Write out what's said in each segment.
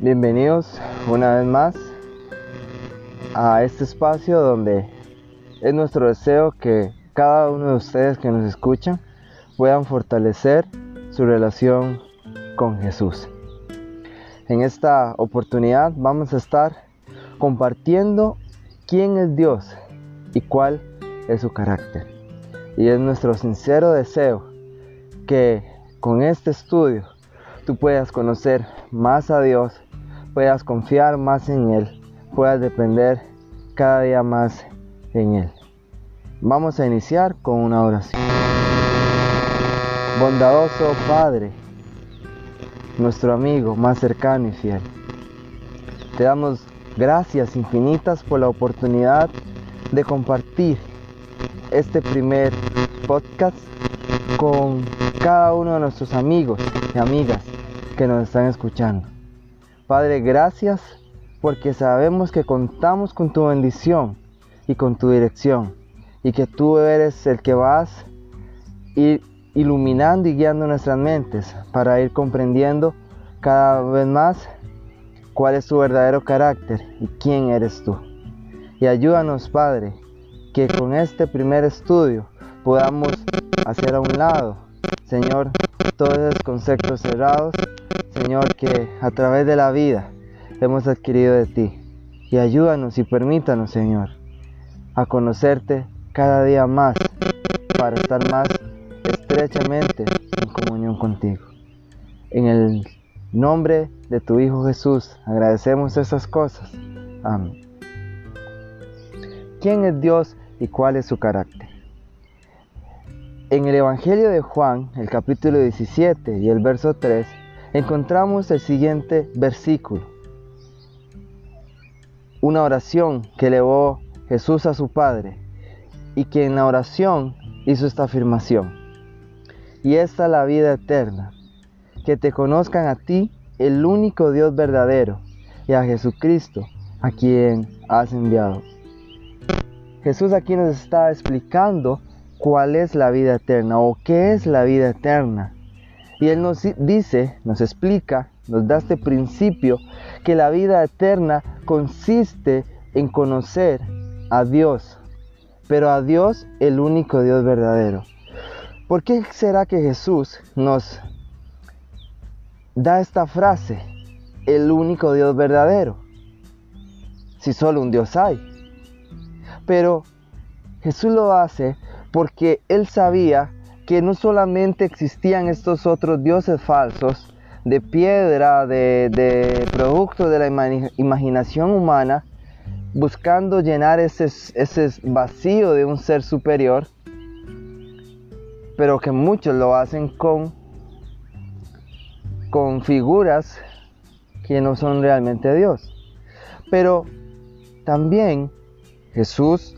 Bienvenidos una vez más a este espacio donde es nuestro deseo que cada uno de ustedes que nos escuchan puedan fortalecer su relación con Jesús. En esta oportunidad vamos a estar compartiendo quién es Dios y cuál es su carácter. Y es nuestro sincero deseo que con este estudio tú puedas conocer más a Dios, puedas confiar más en Él, puedas depender cada día más en Él. Vamos a iniciar con una oración. Bondadoso Padre, nuestro amigo más cercano y fiel, te damos gracias infinitas por la oportunidad de compartir este primer podcast con cada uno de nuestros amigos y amigas que nos están escuchando. Padre, gracias porque sabemos que contamos con tu bendición y con tu dirección y que tú eres el que vas iluminando y guiando nuestras mentes para ir comprendiendo cada vez más cuál es tu verdadero carácter y quién eres tú. Y ayúdanos, Padre, que con este primer estudio podamos hacer a un lado, Señor, todos esos conceptos cerrados, Señor, que a través de la vida hemos adquirido de ti. Y ayúdanos y permítanos, Señor, a conocerte cada día más para estar más estrechamente en comunión contigo. En el nombre de tu Hijo Jesús agradecemos estas cosas. Amén. ¿Quién es Dios y cuál es su carácter? En el Evangelio de Juan, el capítulo 17 y el verso 3, encontramos el siguiente versículo. Una oración que elevó Jesús a su Padre y que en la oración hizo esta afirmación. Y esta es la vida eterna, que te conozcan a ti, el único Dios verdadero, y a Jesucristo, a quien has enviado. Jesús aquí nos está explicando cuál es la vida eterna o qué es la vida eterna. Y Él nos dice, nos explica, nos da este principio que la vida eterna consiste en conocer a Dios, pero a Dios el único Dios verdadero. ¿Por qué será que Jesús nos da esta frase, el único Dios verdadero? Si solo un Dios hay. Pero Jesús lo hace porque Él sabía que no solamente existían estos otros dioses falsos de piedra, de producto de la imaginación humana, buscando llenar ese vacío de un ser superior, pero que muchos lo hacen con figuras que no son realmente Dios. Pero también Jesús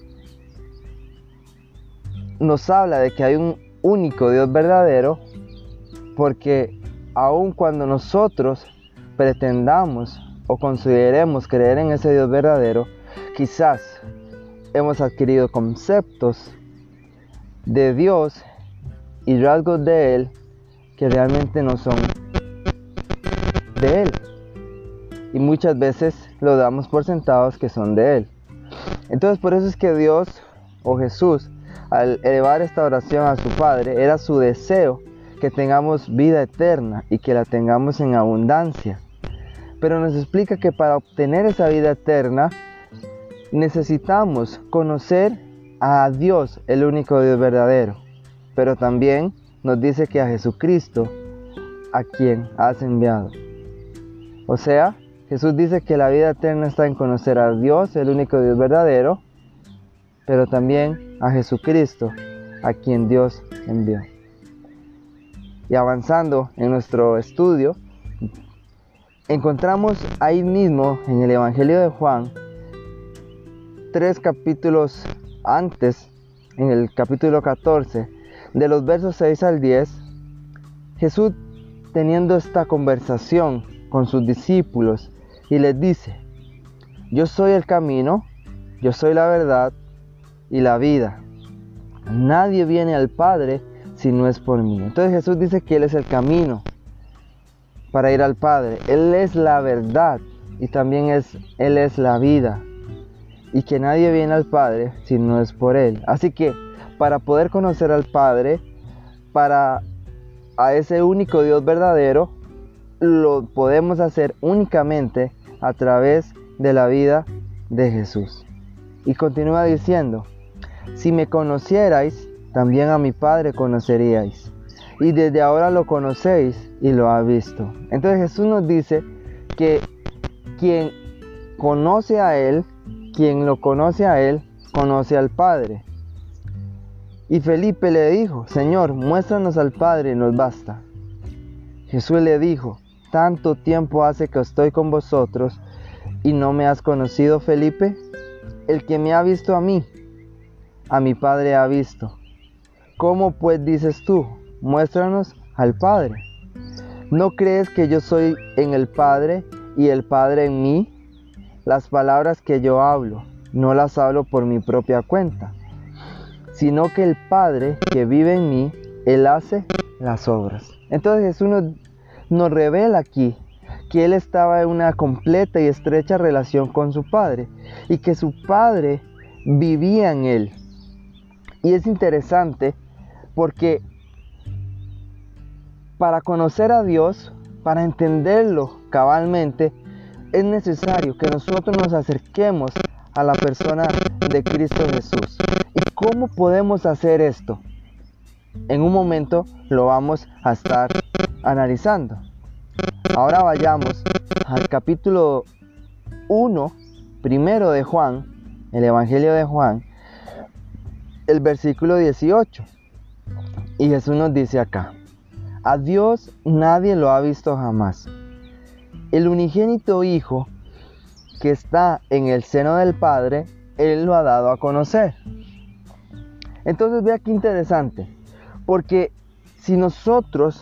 nos habla de que hay un único Dios verdadero, porque aun cuando nosotros pretendamos o consideremos creer en ese Dios verdadero, quizás hemos adquirido conceptos de Dios y rasgos de Él que realmente no son de Él, y muchas veces lo damos por sentados que son de Él. Entonces por eso es que Dios o Jesús, al elevar esta oración a su Padre, era su deseo que tengamos vida eterna y que la tengamos en abundancia. Pero nos explica que para obtener esa vida eterna necesitamos conocer a Dios, el único Dios verdadero. Pero también nos dice que a Jesucristo, a quien has enviado. O sea, Jesús dice que la vida eterna está en conocer a Dios, el único Dios verdadero, pero también a Jesucristo, a quien Dios envió. Y avanzando en nuestro estudio, encontramos ahí mismo en el Evangelio de Juan, 3 capítulos antes, en el capítulo 14, de los versos 6 al 10, Jesús teniendo esta conversación con sus discípulos y les dice: yo soy el camino, yo soy la verdad y la vida. Nadie viene al Padre si no es por mí. Entonces Jesús dice que Él es el camino para ir al Padre. Él es la verdad y también Él es la vida. Y que nadie viene al Padre si no es por Él. Así que para poder conocer al Padre, a ese único Dios verdadero, lo podemos hacer únicamente a través de la vida de Jesús. Y continúa diciendo: si me conocierais, también a mi Padre conoceríais. Y desde ahora lo conocéis y lo habéis visto. Entonces Jesús nos dice que quien conoce a Él, quien lo conoce a Él, conoce al Padre. Y Felipe le dijo: Señor, muéstranos al Padre y nos basta. Jesús le dijo: ¿tanto tiempo hace que estoy con vosotros y no me has conocido, Felipe? El que me ha visto a mí, a mi Padre ha visto. ¿Cómo pues dices tú: muéstranos al Padre? ¿No crees que yo soy en el Padre y el Padre en mí? Las palabras que yo hablo, no las hablo por mi propia cuenta, sino que el Padre que vive en mí, Él hace las obras. Entonces Jesús nos revela aquí que Él estaba en una completa y estrecha relación con su Padre y que su Padre vivía en Él. Y es interesante porque para conocer a Dios, para entenderlo cabalmente, es necesario que nosotros nos acerquemos a la persona de Cristo Jesús. ¿Y cómo podemos hacer esto? En un momento lo vamos a estar analizando. Ahora vayamos al capítulo 1, primero de Juan, el Evangelio de Juan, el versículo 18. Y Jesús nos dice acá: a Dios nadie lo ha visto jamás. El unigénito Hijo que está en el seno del Padre, Él lo ha dado a conocer. Entonces vea qué interesante, porque si nosotros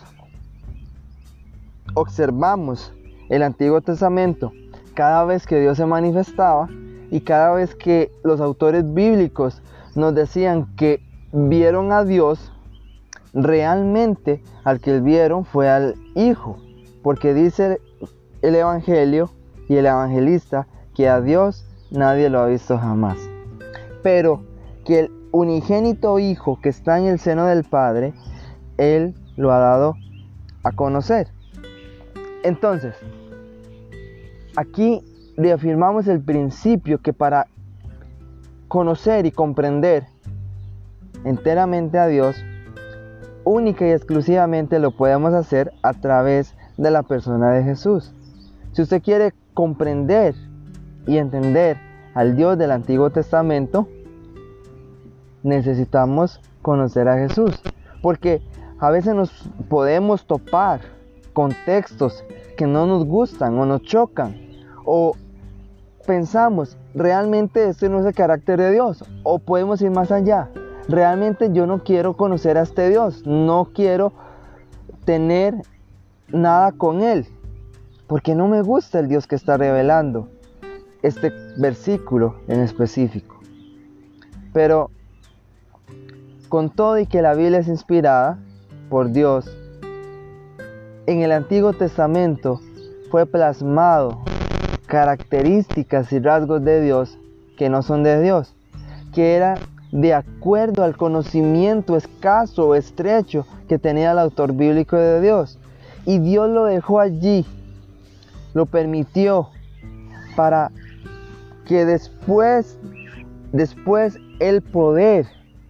observamos el Antiguo Testamento, cada vez que Dios se manifestaba y cada vez que los autores bíblicos nos decían que vieron a Dios, realmente al que vieron fue al Hijo, porque dice el Evangelio y el evangelista que a Dios nadie lo ha visto jamás, pero que el unigénito Hijo que está en el seno del Padre, Él lo ha dado a conocer. Entonces, aquí reafirmamos el principio que para conocer y comprender enteramente a Dios, única y exclusivamente lo podemos hacer a través de la persona de Jesús. Si usted quiere comprender y entender al Dios del Antiguo Testamento, necesitamos conocer a Jesús, porque a veces nos podemos topar con textos que no nos gustan o nos chocan, o pensamos, realmente este no es el carácter de Dios, o podemos ir más allá, realmente yo no quiero conocer a este Dios, no quiero tener nada con Él, porque no me gusta el Dios que está revelando este versículo en específico. Pero con todo y que la Biblia es inspirada por Dios, en el Antiguo Testamento fue plasmado características y rasgos de Dios que no son de Dios, que era de acuerdo al conocimiento escaso o estrecho que tenía el autor bíblico de Dios. Y Dios lo dejó allí, lo permitió para que después Él poder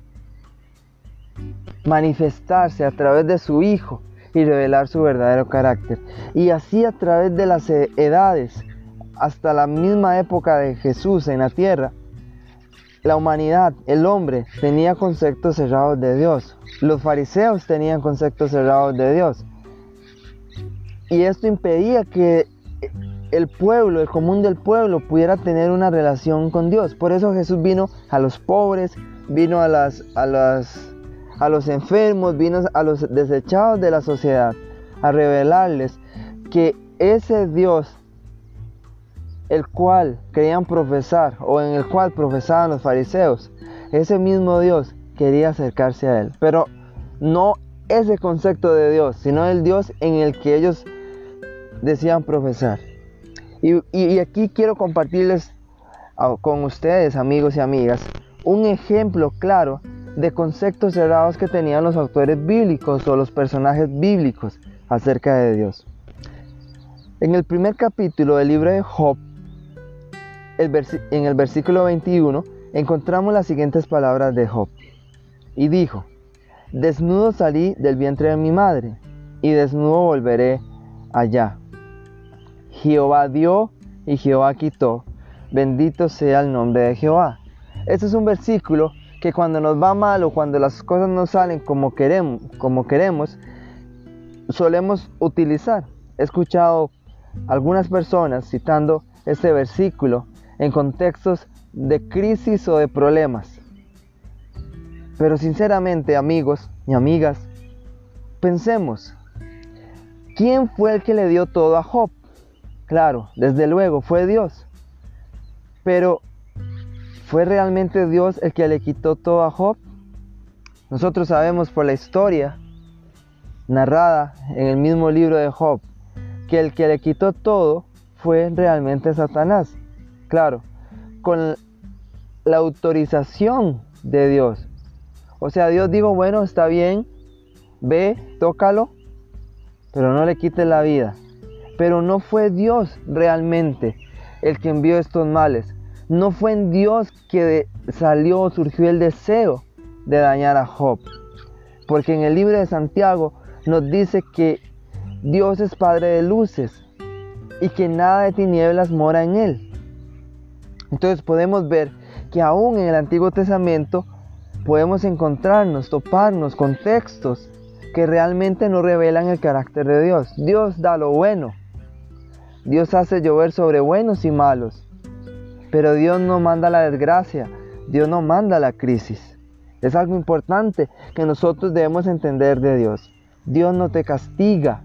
manifestarse a través de su Hijo y revelar su verdadero carácter. Y así a través de las edades, hasta la misma época de Jesús en la tierra, la humanidad, el hombre, tenía conceptos cerrados de Dios. Los fariseos tenían conceptos cerrados de Dios. Y esto impedía que el pueblo, el común del pueblo, pudiera tener una relación con Dios. Por eso Jesús vino a los pobres, vino a los enfermos, vino a los desechados de la sociedad, a revelarles que ese Dios, el cual creían profesar, o en el cual profesaban los fariseos, ese mismo Dios quería acercarse a Él. Pero no ese concepto de Dios, sino el Dios en el que ellos decían profesar. Y aquí quiero compartirles con ustedes, amigos y amigas, un ejemplo claro de conceptos errados que tenían los autores bíblicos o los personajes bíblicos acerca de Dios. En el primer capítulo del libro de Job, en el versículo 21, encontramos las siguientes palabras de Job. Y dijo: desnudo salí del vientre de mi madre, y desnudo volveré allá. Jehová dio y Jehová quitó, bendito sea el nombre de Jehová. Este es un versículo que cuando nos va mal o cuando las cosas no salen como queremos, solemos utilizar. He escuchado algunas personas citando este versículo en contextos de crisis o de problemas. Pero sinceramente, amigos y amigas, pensemos, ¿quién fue el que le dio todo a Job? Claro, desde luego fue Dios. Pero ¿fue realmente Dios el que le quitó todo a Job? Nosotros sabemos por la historia narrada en el mismo libro de Job que el que le quitó todo fue realmente Satanás. Claro, con la autorización de Dios. O sea, Dios dijo: bueno, está bien, ve, tócalo, pero no le quites la vida. Pero no fue Dios realmente el que envió estos males. No fue en Dios que surgió el deseo de dañar a Job. Porque en el libro de Santiago nos dice que Dios es Padre de luces y que nada de tinieblas mora en él. Entonces podemos ver que aún en el Antiguo Testamento podemos toparnos con textos que realmente no revelan el carácter de Dios. Dios da lo bueno. Dios hace llover sobre buenos y malos. Pero Dios no manda la desgracia. Dios no manda la crisis. Es algo importante que nosotros debemos entender de Dios. Dios no te castiga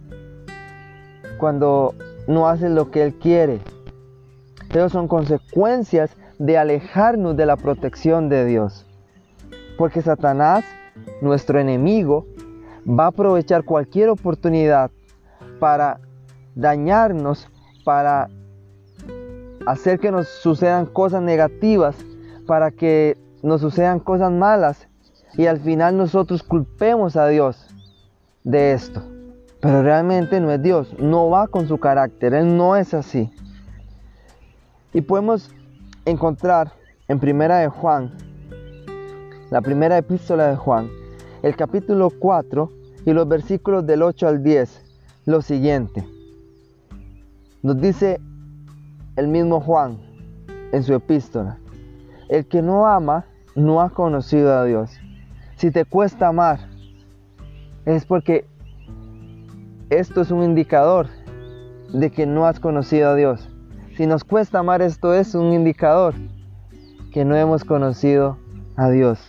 cuando no haces lo que Él quiere. Pero son consecuencias de alejarnos de la protección de Dios. Porque Satanás, nuestro enemigo, va a aprovechar cualquier oportunidad para dañarnos, para hacer que nos sucedan cosas negativas, para que nos sucedan cosas malas y al final nosotros culpemos a Dios de esto. Pero realmente no es Dios, no va con su carácter, Él no es así. Y podemos encontrar en Primera de Juan, la primera epístola de Juan, el capítulo 4 y los versículos del 8 al 10, lo siguiente. Nos dice el mismo Juan en su epístola: el que no ama no ha conocido a Dios. Si te cuesta amar, es porque esto es un indicador de que no has conocido a Dios. Si nos cuesta amar, esto es un indicador que no hemos conocido a Dios.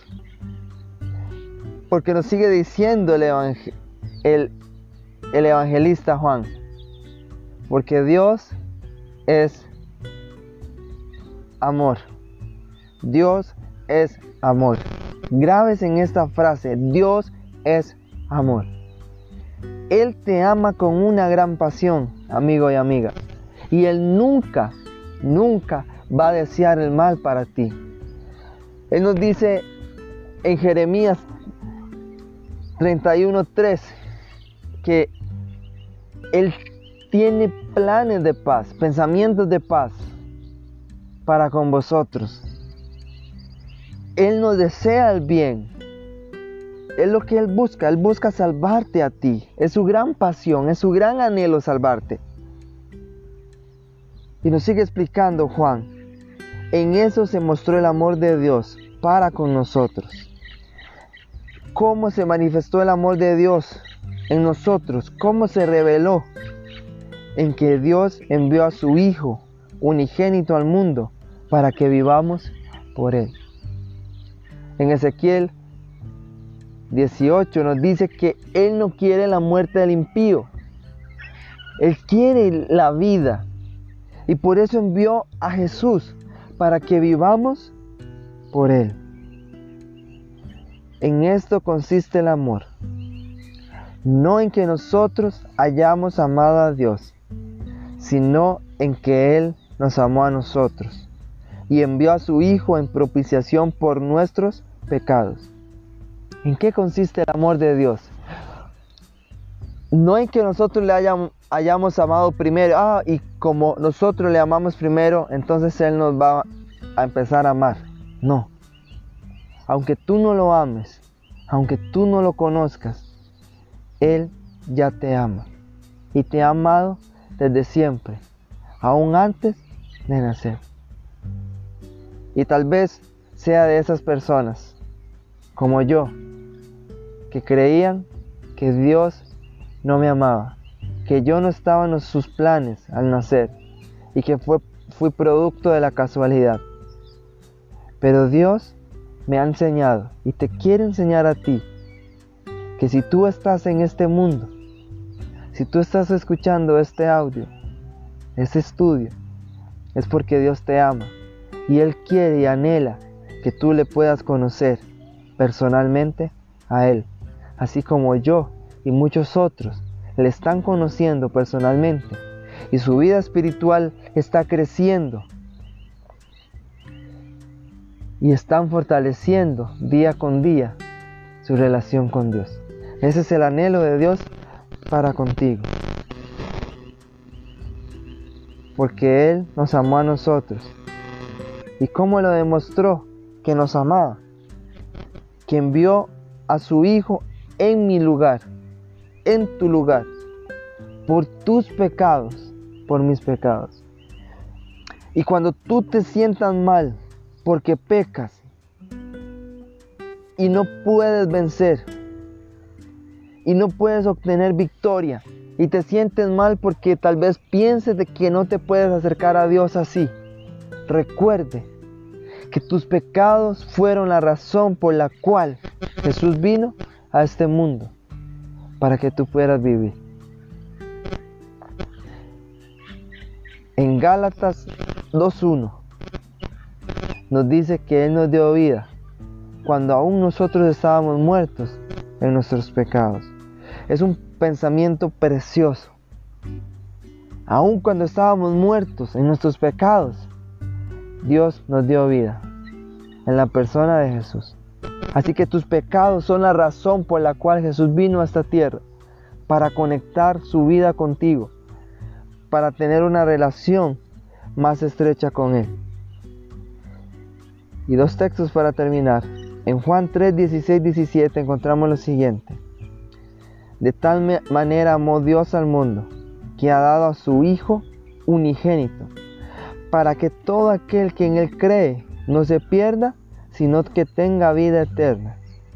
Porque nos sigue diciendo el evangelista Juan: porque Dios es amor. Dios es amor. Grábese en esta frase: Dios es amor. Él te ama con una gran pasión, amigo y amiga. Y Él nunca, nunca va a desear el mal para ti. Él nos dice en Jeremías 31:3 que Él tiene planes de paz, pensamientos de paz para con vosotros. Él nos desea el bien. Es lo que Él busca salvarte a ti. Es su gran pasión, es su gran anhelo salvarte. Y nos sigue explicando Juan: en eso se mostró el amor de Dios para con nosotros. ¿Cómo se manifestó el amor de Dios en nosotros? ¿Cómo se reveló? En que Dios envió a su Hijo unigénito al mundo para que vivamos por Él. En Ezequiel 18 nos dice que Él no quiere la muerte del impío. Él quiere la vida. Y por eso envió a Jesús, para que vivamos por Él. En esto consiste el amor. No en que nosotros hayamos amado a Dios, sino en que Él nos amó a nosotros y envió a su Hijo en propiciación por nuestros pecados. ¿En qué consiste el amor de Dios? No en que nosotros le hayamos amado primero, y como nosotros le amamos primero, entonces Él nos va a empezar a amar. No. Aunque tú no lo ames, aunque tú no lo conozcas, Él ya te ama. Y te ha amado desde siempre, aún antes de nacer. Y tal vez sea de esas personas, como yo, que creían que Dios no me amaba, que yo no estaba en sus planes al nacer y que fui producto de la casualidad. Pero Dios me ha enseñado y te quiere enseñar a ti que si tú estás en este mundo, si tú estás escuchando este audio, este estudio, es porque Dios te ama y Él quiere y anhela que tú le puedas conocer personalmente a Él, así como yo y muchos otros le están conociendo personalmente y su vida espiritual está creciendo y están fortaleciendo día con día su relación con Dios. Ese es el anhelo de Dios para contigo, porque Él nos amó a nosotros. ¿Y cómo lo demostró que nos amaba? Que envió a su Hijo en mi lugar, en tu lugar, por tus pecados, por mis pecados. Y cuando tú te sientas mal porque pecas y no puedes vencer y no puedes obtener victoria y te sientes mal porque tal vez pienses de que no te puedes acercar a Dios así, recuerde que tus pecados fueron la razón por la cual Jesús vino a este mundo, para que tú puedas vivir. En Gálatas 2:1 nos dice que Él nos dio vida cuando aún nosotros estábamos muertos en nuestros pecados. Es un pensamiento precioso. Aún cuando estábamos muertos en nuestros pecados, Dios nos dio vida en la persona de Jesús. Así que tus pecados son la razón por la cual Jesús vino a esta tierra, para conectar su vida contigo, para tener una relación más estrecha con Él. Y dos textos para terminar. En Juan 3, 16, 17 encontramos lo siguiente: de tal manera amó Dios al mundo, que ha dado a su Hijo unigénito, para que todo aquel que en Él cree no se pierda, sino que tenga vida eterna.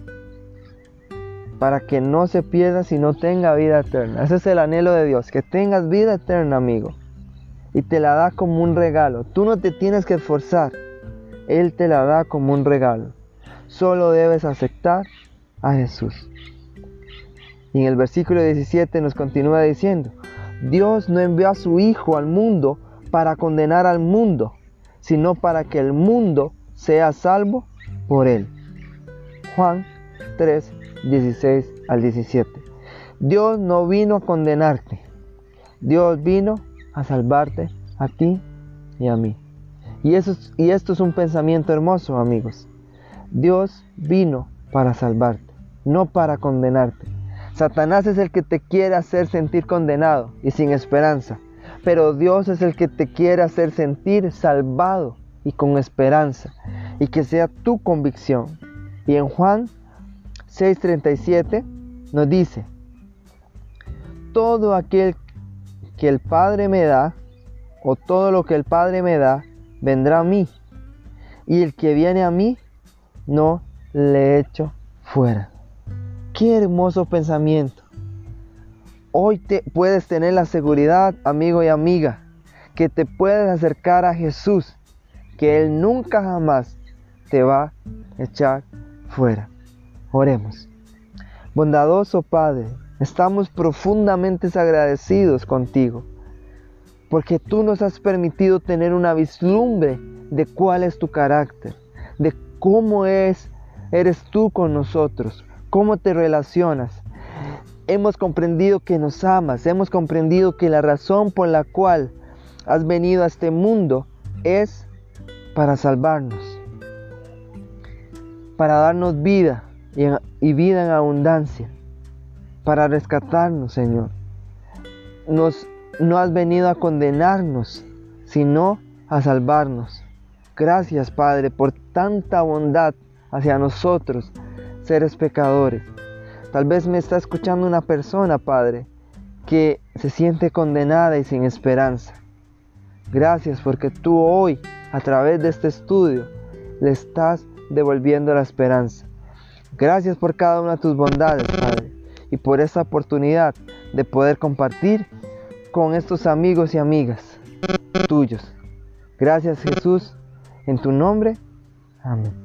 Para que no se pierda, sino tenga vida eterna. Ese es el anhelo de Dios, que tengas vida eterna, amigo. Y te la da como un regalo. Tú no te tienes que esforzar. Él te la da como un regalo. Solo debes aceptar a Jesús. Y en el versículo 17 nos continúa diciendo: Dios no envió a su Hijo al mundo para condenar al mundo, sino para que el mundo sea salvo por Él. Juan 3, 16 al 17. Dios no vino a condenarte. Dios vino a salvarte a ti y a mí. Y esto es un pensamiento hermoso, amigos. Dios vino para salvarte, no para condenarte. Satanás es el que te quiere hacer sentir condenado y sin esperanza, pero Dios es el que te quiere hacer sentir salvado y con esperanza, y que sea tu convicción. Y en Juan 6:37 nos dice: todo aquel que el Padre me da, o todo lo que el Padre me da, vendrá a mí, y el que viene a mí, no le echo fuera. ¡Qué hermoso pensamiento! Hoy puedes tener la seguridad, amigo y amiga, que te puedes acercar a Jesús, que Él nunca jamás te va a echar fuera. Oremos. Bondadoso Padre, estamos profundamente agradecidos contigo, porque tú nos has permitido tener una vislumbre de cuál es tu carácter, de cómo eres tú con nosotros, cómo te relacionas. Hemos comprendido que nos amas, hemos comprendido que la razón por la cual has venido a este mundo es para salvarnos, para darnos vida y vida en abundancia, para rescatarnos, Señor. No has venido a condenarnos, sino a salvarnos. Gracias, Padre, por tanta bondad hacia nosotros, seres pecadores. Tal vez me está escuchando una persona, Padre, que se siente condenada y sin esperanza. Gracias porque tú hoy, a través de este estudio, le estás devolviendo la esperanza. Gracias por cada una de tus bondades, Padre, y por esta oportunidad de poder compartir con estos amigos y amigas tuyos. Gracias, Jesús, en tu nombre. Amén.